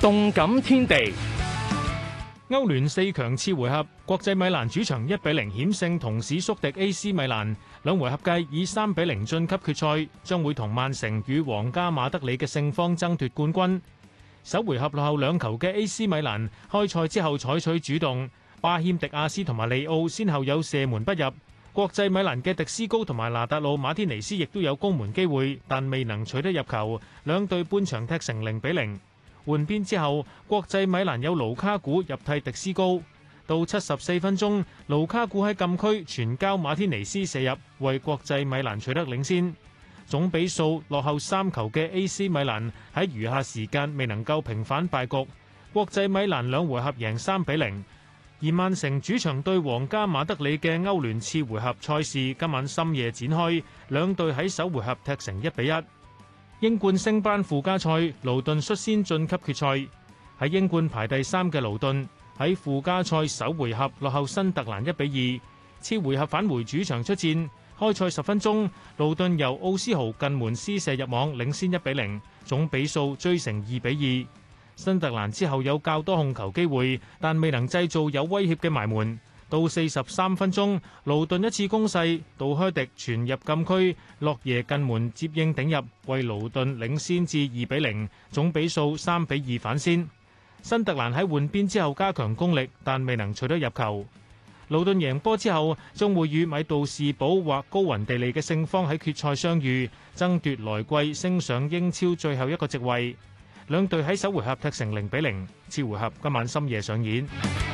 動感天地， 歐聯四強次回合，國際米蘭主場1-0險勝同市宿敵 AC 米蘭，兩回合計以3-0晉級決賽，將會同曼城與皇家馬德里嘅勝方爭奪冠軍。首回合落後2球嘅 AC 米蘭，開賽之後採取主動，巴謙迪亞斯同埋利奧先後有射門不入。國際米蘭嘅迪斯高同埋拿達魯馬天尼斯亦都有攻門機會，但未能取得入球，兩隊半場踢成0-0。換邊之後，國際米蘭有盧卡古入替迪斯高，到74分鐘，盧卡古喺禁區傳交馬天尼斯射入，為國際米蘭取得領先。總比數落後3球嘅 AC 米蘭喺餘下時間未能夠平反敗局，國際米蘭兩回合贏3-0。而曼城主場對皇家馬德里嘅歐聯次回合賽事今晚深夜展開，兩隊喺首回合踢成1-1。英冠升班附加賽，盧頓率先晉級決賽。喺英冠排第3嘅盧頓喺附加賽首回合落後新特蘭1-2，次回合返回主場出戰。開賽10分鐘，盧頓由奧斯豪近門施射入網，領先1-0，總比數追成2-2。新特蘭之後有較多控球機會，但未能製造有威脅嘅埋門。到43分鐘，盧頓一次攻勢，杜靴迪傳入禁區，洛耶近門接應頂入，為盧頓領先至2-0，總比數3-2反先。新特蘭喺換邊之後加強攻力，但未能取得入球。盧頓贏波之後，將會與米杜士堡或高雲地利嘅勝方喺決賽相遇，爭奪來季升上英超最後一個席位。兩隊喺首回合踢成0-0，次回合今晚深夜上演。